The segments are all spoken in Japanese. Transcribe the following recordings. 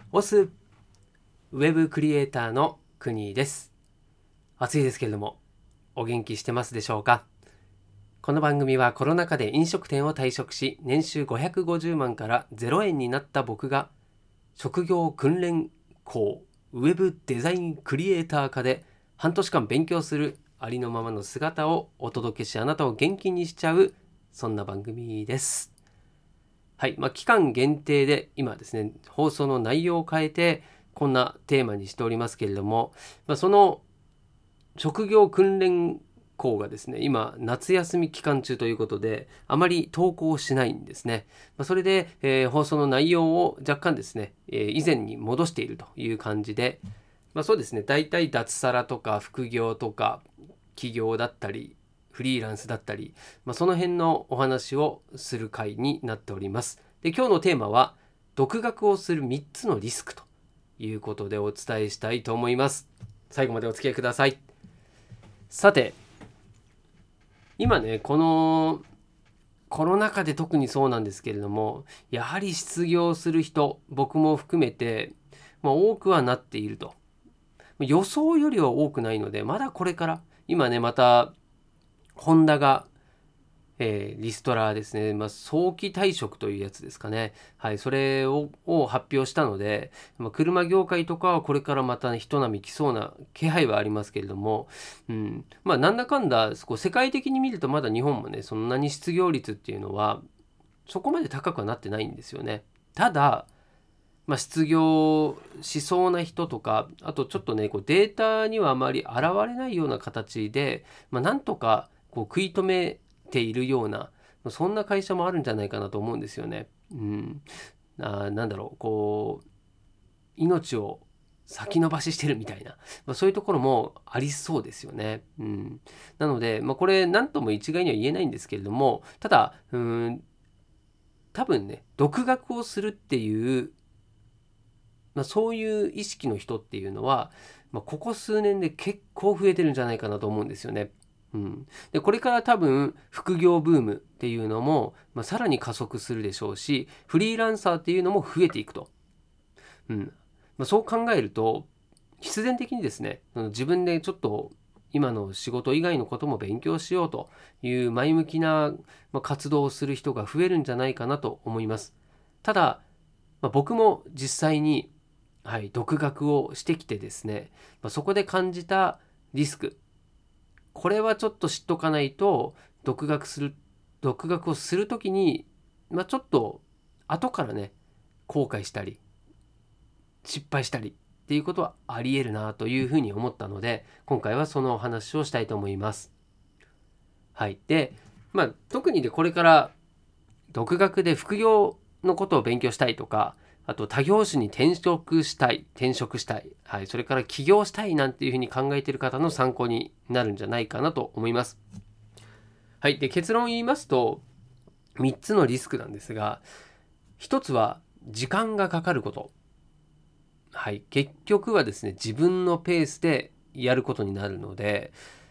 オスウェブクリエイターの国です。暑いですけれどもお元気してますでしょうか。この番組はコロナ禍で飲食店を退職し、年収550万から0円になった僕が職業訓練校ウェブデザインクリエイター科で半年間勉強するありのままの姿をお届けし、あなたを元気にしちゃう、そんな番組です。はい、期間限定で今ですね、放送の内容を変えてこんなテーマにしておりますけれども、その職業訓練校がですね、今夏休み期間中ということであまり投稿しないんですね。それで、放送の内容を若干ですね、以前に戻しているという感じで、そうですね、だいたい脱サラとか副業とか起業だったりフリーランスだったり、その辺のお話をする回になっております。で、今日のテーマは独学をする3つのリスクということでお伝えしたいと思います。最後までお付き合いください。さて、今ね、このコロナ禍で特にそうなんですけれども、やはり失業する人、僕も含めて、多くはなっていると。予想よりは多くないので、まだこれから、今ね、またホンダが、リストラですね、早期退職というやつですかね。はい、それを発表したので、車業界とかはこれからまた一波来そうな気配はありますけれども、なんだかんだこう世界的に見るとまだ日本もね、そんなに失業率っていうのはそこまで高くはなってないんですよね。ただ、失業しそうな人とか、あとちょっとね、こうデータにはあまり現れないような形で、なんとかこう食い止めているような、そんな会社もあるんじゃないかなと思うんですよね。なんだろう、こう命を先延ばししてるみたいな、そういうところもありそうですよね。なので、これ何とも一概には言えないんですけれども、ただ多分ね、独学をするっていう、そういう意識の人っていうのは、ここ数年で結構増えてるんじゃないかなと思うんですよね。でこれから多分副業ブームっていうのも、さらに加速するでしょうし、フリーランサーっていうのも増えていくと。そう考えると必然的にですね、自分でちょっと今の仕事以外のことも勉強しようという前向きな活動をする人が増えるんじゃないかなと思います。ただ、僕も実際に、独学をしてきてですね、そこで感じたリスク、これはちょっと知っとかないと、独学をするときに、ちょっと後からね、後悔したり失敗したりっていうことはありえるなというふうに思ったので、今回はそのお話をしたいと思います。はい。で、特にでこれから独学で副業のことを勉強したいとか、あと他業種に転職したい、はい、それから起業したいなんていうふうに考えている方の参考になるんじゃないかなと思います。はい。で、結論を言いますと、3つのリスクなんですが、1つは時間がかかること。はい、結局はですね、自分のペースでやることになるので、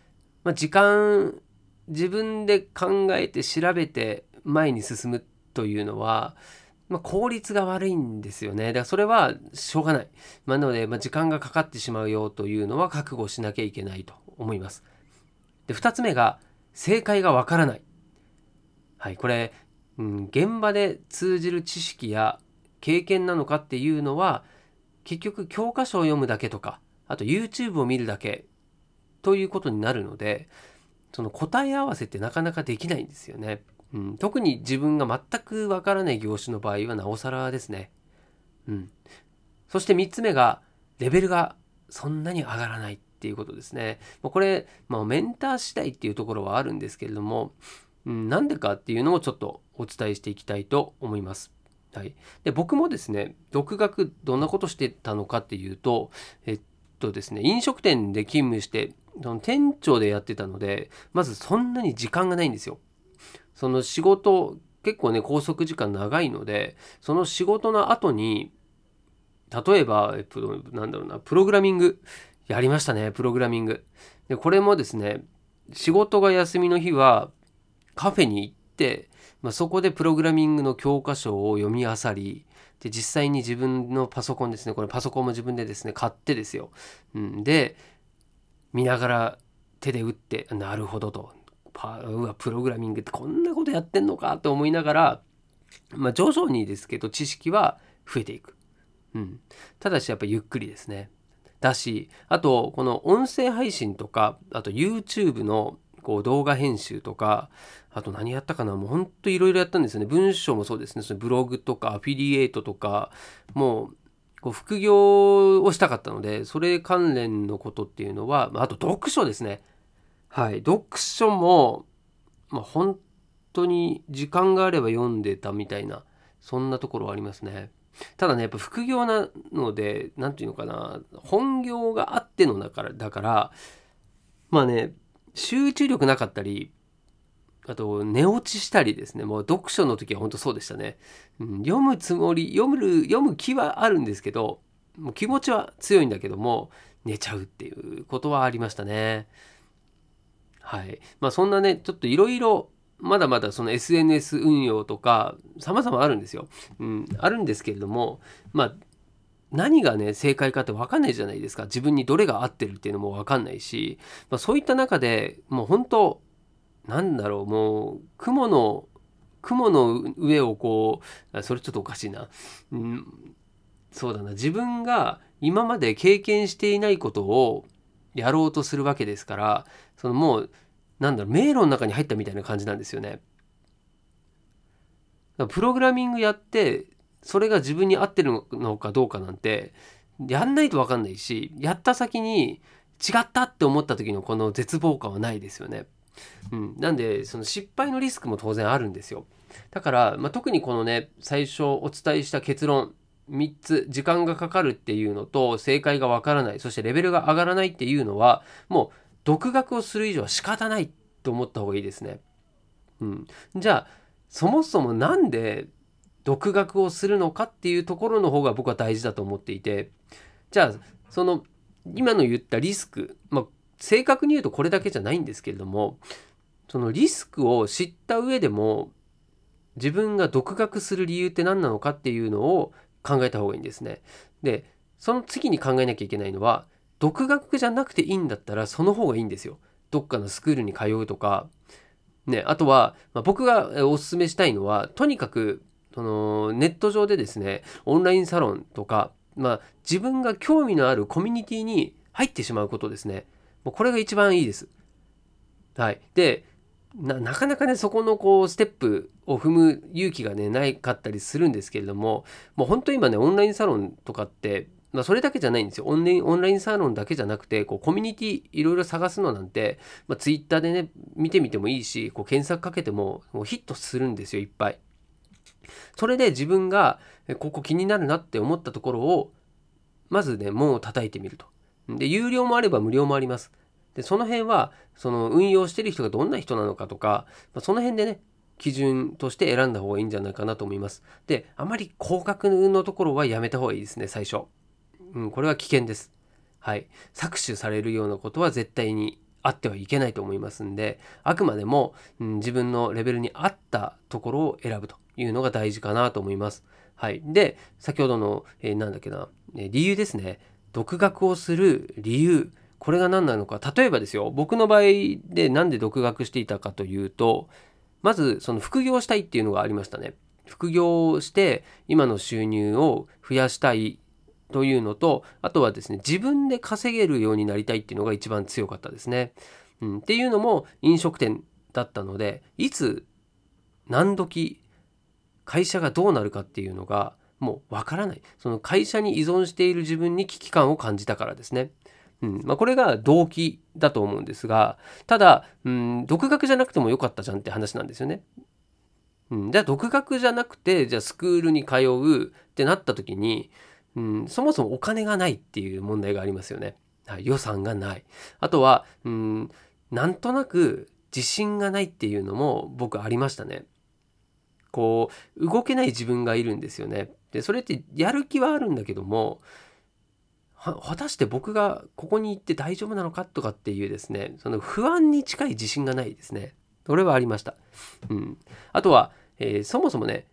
自分で考えて調べて前に進むというのは、効率が悪いんですよね。だからそれはしょうがない。なので、時間がかかってしまうよというのは覚悟しなきゃいけないと思います。で、2つ目が正解がわからない。はい、これ、現場で通じる知識や経験なのかっていうのは、結局教科書を読むだけとか、あと YouTube を見るだけということになるので、その答え合わせってなかなかできないんですよね。特に自分が全くわからない業種の場合はなおさらですね。そして3つ目がレベルがそんなに上がらないっていうことですね。これ、メンター次第っていうところはあるんですけれども、なんでかっていうのをちょっとお伝えしていきたいと思います。はい、で僕もですね、独学どんなことしてたのかっていうと、ですね、飲食店で勤務して、その店長でやってたので、まずそんなに時間がないんですよ。その仕事、結構ね、拘束時間長いので、その仕事の後に、例えば、なんだろうな、プログラミング、やりましたね、プログラミング。で、これもですね、仕事が休みの日は、カフェに行って、そこでプログラミングの教科書を読み漁り、 で実際に自分のパソコンですね、これパソコンも自分でですね買ってですよ、で見ながら手で打って、なるほどと、プログラミングってこんなことやってんのかと思いながら、徐々にですけど知識は増えていく、ただしやっぱゆっくりですね。だし、あとこの音声配信とか、あと YouTube のこう動画編集とか、あと何やったかな、もうほんといろいろやったんですよね。文章もそうですね、そのブログとかアフィリエイトとか、もうこう副業をしたかったので、それ関連のことっていうのは、あと読書ですね。はい、読書も、本当に時間があれば読んでたみたいな、そんなところはありますね。ただね、やっぱ副業なので、なんていうのかな、本業があってのだから、集中力なかったり、あと寝落ちしたりですね、もう読書の時は本当そうでしたね。読むつもり、読む気はあるんですけど、もう気持ちは強いんだけども、寝ちゃうっていうことはありましたね。はい。そんなね、ちょっといろいろ、まだまだその SNS 運用とか、様々あるんですよ。あるんですけれども、何がね、正解かって分かんないじゃないですか。自分にどれが合ってるっていうのも分かんないし、そういった中でもう本当、なんだろう、もう雲の上をこう、それちょっとおかしいな。そうだな、自分が今まで経験していないことをやろうとするわけですから、そのもう、なんだろう、迷路の中に入ったみたいな感じなんですよね。だからプログラミングやって、それが自分に合ってるのかどうかなんて、やんないと分かんないし、やった先に違ったって思った時のこの絶望感はないですよね。なんでその失敗のリスクも当然あるんですよ。だから、特にこのね、最初お伝えした結論3つ、時間がかかるっていうのと正解がわからない、そしてレベルが上がらないっていうのは、もう独学をする以上は仕方ないと思った方がいいですね。じゃあそもそもなんで独学をするのかっていうところの方が僕は大事だと思っていて、じゃあその今の言ったリスク、正確に言うとこれだけじゃないんですけれども、そのリスクを知った上でも自分が独学する理由って何なのかっていうのを考えた方がいいんですね。で、その次に考えなきゃいけないのは、独学じゃなくていいんだったらその方がいいんですよ。どっかのスクールに通うとか、あとは、僕がお勧めしたいのは、とにかくそのネット上でですね、オンラインサロンとか、自分が興味のあるコミュニティに入ってしまうことですね。もうこれが一番いいです。はい。で、なかなかね、そこのこう、ステップを踏む勇気がね、ないかったりするんですけれども、もう本当今ね、オンラインサロンとかって、それだけじゃないんですよ。オンラインサロンだけじゃなくて、こう、コミュニティいろいろ探すのなんて、ツイッターでね、見てみてもいいし、こう、検索かけてもうヒットするんですよ、いっぱい。それで自分が、ここ気になるなって思ったところを、まずね、門を叩いてみると。で、有料もあれば無料もあります。で、その辺は、その運用してる人がどんな人なのかとか、その辺でね、基準として選んだ方がいいんじゃないかなと思います。で、あまり高額のところはやめた方がいいですね、最初。これは危険です。はい。搾取されるようなことは絶対にあってはいけないと思いますんで、あくまでも、自分のレベルに合ったところを選ぶというのが大事かなと思います。はい。で、先ほどの、なんだっけな、理由ですね。独学をする理由。これが何なのか。例えばですよ、僕の場合でなんで独学していたかというと、まずその副業したいっていうのがありましたね。副業をして今の収入を増やしたいというのと、あとはですね、自分で稼げるようになりたいっていうのが一番強かったですね。っていうのも飲食店だったので、いつ何時会社がどうなるかっていうのがもうわからない。その会社に依存している自分に危機感を感じたからですね。これが動機だと思うんですが、ただ、独学じゃなくてもよかったじゃんって話なんですよね。じゃあ独学じゃなくて、じゃあスクールに通うってなった時に、そもそもお金がないっていう問題がありますよね。はい、予算がない。あとは、なんとなく自信がないっていうのも僕ありましたね。こう、動けない自分がいるんですよね。で、それってやる気はあるんだけども、果たして僕がここに行って大丈夫なのかとかっていうですね、その不安に近い自信がないですね。それはありました。あとは、そもそもね、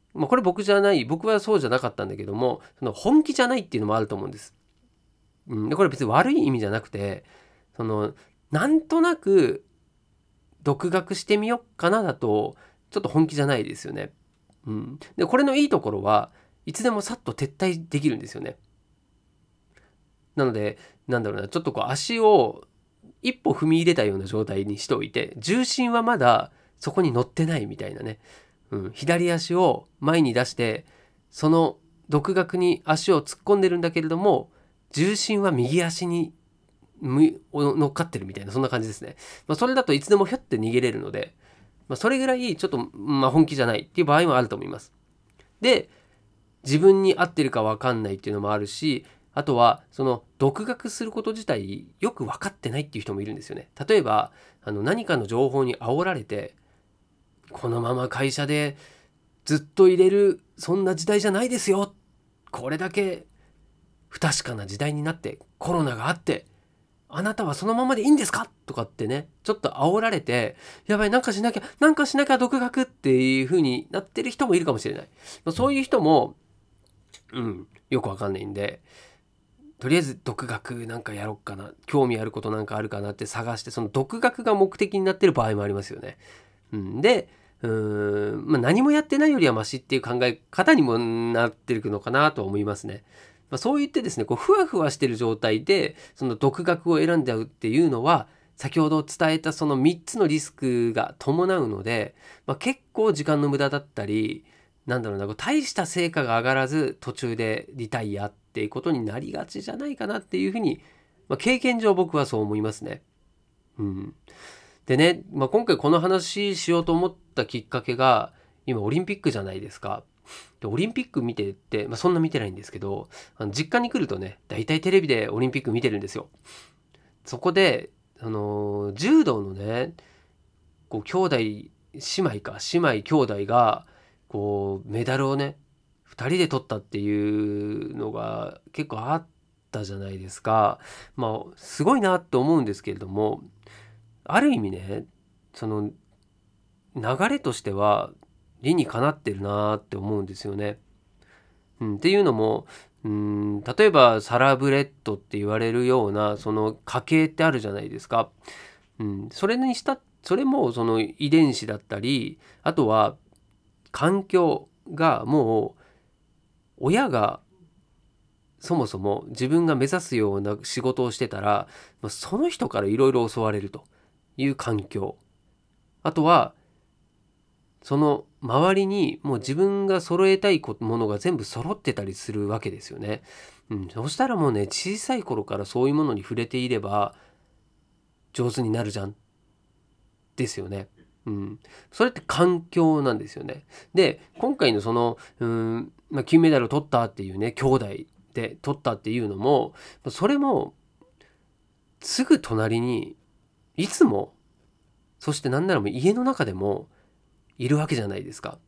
これ僕はそうじゃなかったんだけども、その本気じゃないっていうのもあると思うんです。でこれ別に悪い意味じゃなくて、なんとなく独学してみようかなだとちょっと本気じゃないですよね。でこれのいいところはいつでもさっと撤退できるんですよね。なのでなんだろうな、ちょっと足を一歩踏み入れたような状態にしておいて、重心はまだそこに乗ってないみたいなね、左足を前に出してその独学に足を突っ込んでるんだけれども、重心は右足に乗っかってるみたいな、そんな感じですね。それだといつでもひょって逃げれるので、それぐらいちょっと、本気じゃないっていう場合もあると思います。で、自分に合ってるか分かんないっていうのもあるし、あとはその独学すること自体よく分かってないっていう人もいるんですよね。例えば何かの情報に煽られて、このまま会社でずっと入れるそんな時代じゃないですよ、これだけ不確かな時代になってコロナがあってあなたはそのままでいいんですかとかってね、ちょっと煽られて、やばい、なんかしなきゃ独学っていう風になってる人もいるかもしれない。そういう人もよくわかんないんで、とりあえず独学なんかやろっかな、興味あることなんかあるかなって探して、その独学が目的になってる場合もありますよね。で何もやってないよりはマシっていう考え方にもなってるのかなと思いますね。そう言ってですね、ふわふわしてる状態でその独学を選んじゃうっていうのは、先ほど伝えたその3つのリスクが伴うので、結構時間の無駄だったり、大した成果が上がらず途中でリタイアっていうことになりがちじゃないかなっていうふうに、経験上僕はそう思いますね。でね、今回この話しようと思ったきっかけが、今オリンピックじゃないですか。でオリンピック見てって、そんな見てないんですけど、実家に来るとね、大体テレビでオリンピック見てるんですよ。そこで柔道のね、兄弟姉妹兄弟がメダルをね2人で取ったっていうのが結構あったじゃないですか。すごいなと思うんですけれども、ある意味ね、その流れとしては理にかなってるなって思うんですよね。っていうのも、例えばサラブレッドって言われるようなその家系ってあるじゃないですか。それもその遺伝子だったり、あとは環境がもう親がそもそも自分が目指すような仕事をしてたら、その人からいろいろ教われるという環境、あとはその周りにもう自分が揃えたいものが全部揃ってたりするわけですよね。そしたらもうね、小さい頃からそういうものに触れていれば上手になるじゃんですよね。それって環境なんですよね。で今回のその金メダルを取ったっていうね、兄弟で取ったっていうのも、それもすぐ隣にいつも、そして何ならもう家の中でもいるわけじゃないですか。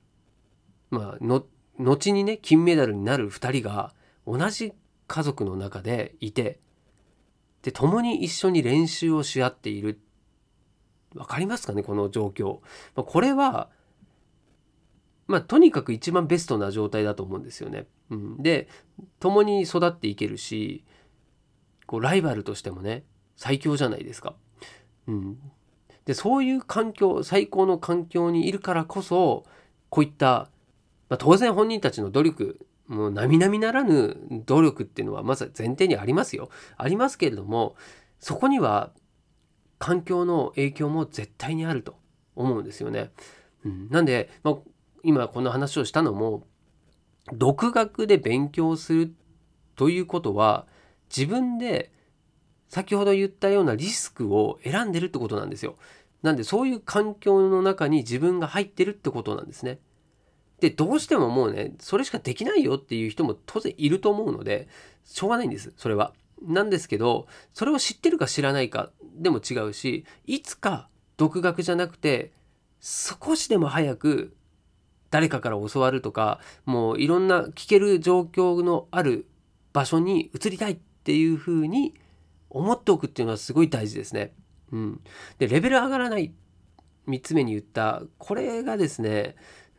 後にね金メダルになる2人が同じ家族の中でいて、で共に一緒に練習をし合っている。わかりますかね、この状況。これはとにかく一番ベストな状態だと思うんですよね。で共に育っていけるし、ライバルとしてもね最強じゃないですか。でそういう環境、最高の環境にいるからこそ、こういった、当然本人たちの努力もう並々ならぬ努力っていうのはまず前提にありますよ。ありますけれども、そこには環境の影響も絶対にあると思うんですよね。なんで、今この話をしたのも、独学で勉強するということは自分で先ほど言ったようなリスクを選んでるってことなんですよ。なんでそういう環境の中に自分が入ってるってことなんですね。でどうしてももうねそれしかできないよっていう人も当然いると思うので、しょうがないんです、それは。なんですけど、それを知ってるか知らないかでも違うし、いつか独学じゃなくて少しでも早く誰かから教わるとか、もういろんな聞ける状況のある場所に移りたいっていうふうに思っておくっていうのはすごい大事ですね。でレベル上がらない、3つ目に言ったこれがですね、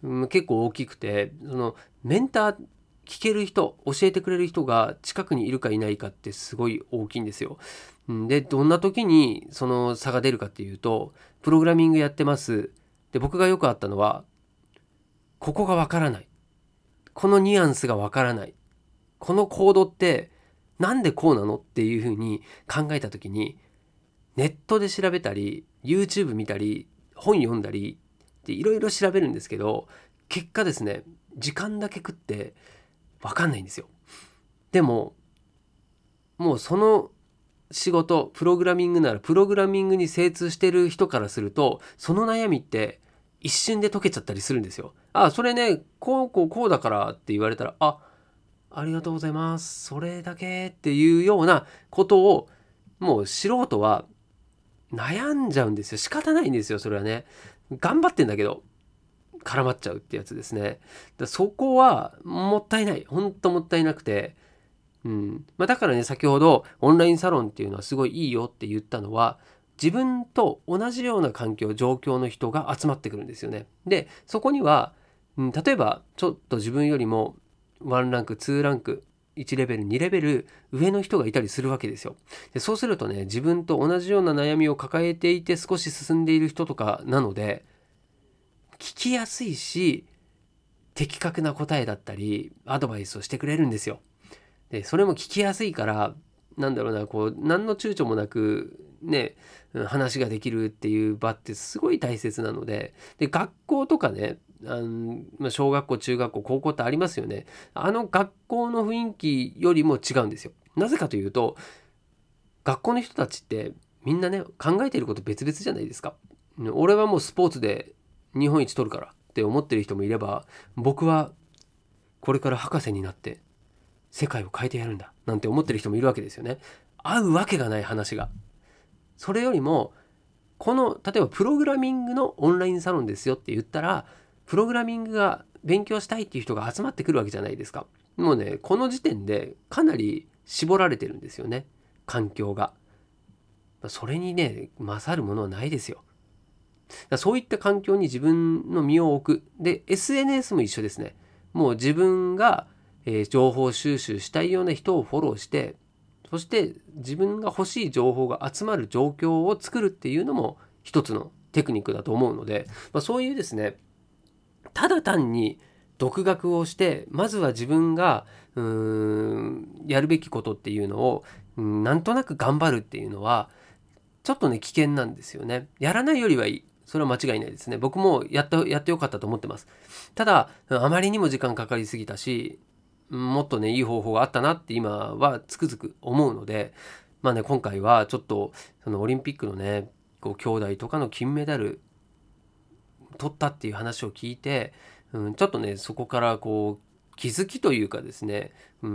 結構大きくて、そのメンター、聞ける人、教えてくれる人が近くにいるかいないかってすごい大きいんですよ。で、どんな時にその差が出るかっていうと、プログラミングやってます。で、僕がよくあったのは、ここがわからない。このニュアンスがわからない。このコードってなんでこうなのっていうふうに考えた時に、ネットで調べたり、YouTube 見たり、本読んだりっていろいろ調べるんですけど、結果ですね、時間だけ食ってわかんないんですよ。でも、もうその仕事、プログラミングならプログラミングに精通してる人からすると、その悩みって一瞬で解けちゃったりするんですよ。あ、それね、こうだからって言われたら、ありがとうございます。それだけっていうようなことを、もう素人は悩んじゃうんですよ。仕方ないんですよ、それはね。頑張ってんだけど、絡まっちゃうってやつですね。そこはもったいない。ほんともったいなくて。だからね、先ほどオンラインサロンっていうのはすごいいいよって言ったのは、自分と同じような環境、状況の人が集まってくるんですよね。で、そこには、例えばちょっと自分よりも1ランク、2ランク、1レベル、2レベル上の人がいたりするわけですよ。で、そうするとね、自分と同じような悩みを抱えていて少し進んでいる人とかなので、聞きやすいし、的確な答えだったり、アドバイスをしてくれるんですよ。で、それも聞きやすいから、なんだろうな、こう、何の躊躇もなく、ね、話ができるっていう場ってすごい大切なので、で、学校とかね、小学校、中学校、高校ってありますよね。あの学校の雰囲気よりも違うんですよ。なぜかというと、学校の人たちってみんなね、考えていること別々じゃないですか。俺はもうスポーツで日本一取るからって思ってる人もいれば、僕はこれから博士になって世界を変えてやるんだなんて思ってる人もいるわけですよね。合うわけがない話が。それよりも、この例えばプログラミングのオンラインサロンですよって言ったら、プログラミングが勉強したいっていう人が集まってくるわけじゃないですか。もうね、この時点でかなり絞られてるんですよね、環境が。それにね、勝るものはないですよ。そういった環境に自分の身を置く。で、SNS も一緒ですね。もう自分が、情報収集したいような人をフォローして、そして自分が欲しい情報が集まる状況を作るっていうのも一つのテクニックだと思うので、そういうですね、ただ単に独学をして、まずは自分がやるべきことっていうのをなんとなく頑張るっていうのは、ちょっとね、危険なんですよね。やらないよりはいい。それは間違いないですね。僕もやってよかったと思ってます。ただ、あまりにも時間かかりすぎたし、もっとね、いい方法があったなって今はつくづく思うので、今回はちょっと、そのオリンピックのね、こう、兄弟とかの金メダル取ったっていう話を聞いて、ちょっとね、そこからこう、気づきというかですね、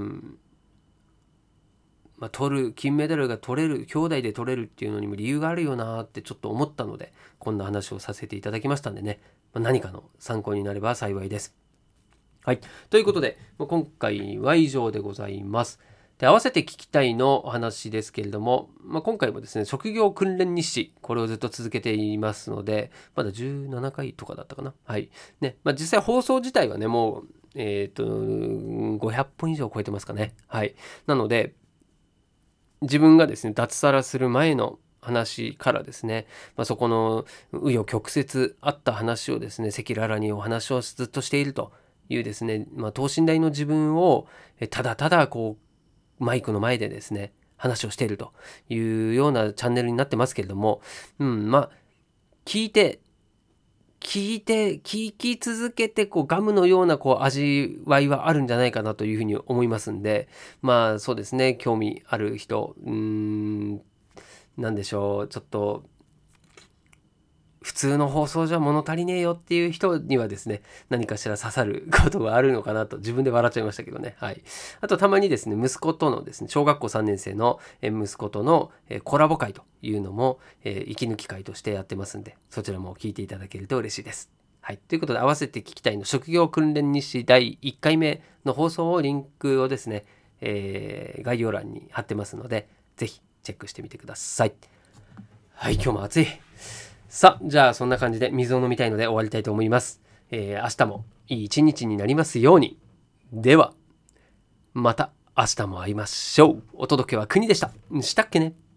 金メダルが取れる、兄弟で取れるっていうのにも理由があるよなってちょっと思ったので、こんな話をさせていただきましたんでね、何かの参考になれば幸いです。はい。ということで、今回は以上でございます。で、合わせて聞きたいのお話ですけれども、今回もですね、職業訓練日誌、これをずっと続けていますので、まだ17回とかだったかな。はい。ね、実際放送自体はね、もう、500本以上超えてますかね。はい。なので、自分がですね、脱サラする前の話からですね、そこの紆余曲折あった話をですね、赤裸々にお話をずっとしているというですね、等身大の自分をただただこうマイクの前でですね、話をしているというようなチャンネルになってますけれども、聞き続けてこうガムのようなこう味わいはあるんじゃないかなというふうに思いますんで、そうですね、興味ある人、なんでしょう、ちょっと普通の放送じゃ物足りねえよっていう人にはですね、何かしら刺さることがあるのかなと自分で笑っちゃいましたけどね。はい。あとたまにですね、息子とのですね、小学校3年生の息子とのコラボ会というのも息抜き会としてやってますんで、そちらも聞いていただけると嬉しいです。はい。ということで、合わせて聞きたいの職業訓練日誌第1回目の放送をリンクをですね、概要欄に貼ってますので、ぜひチェックしてみてください。はい、今日も暑い。さあ、じゃあそんな感じで水を飲みたいので終わりたいと思います。 明日もいい一日になりますように。ではまた明日も会いましょう。お届けは国でした。したっけね。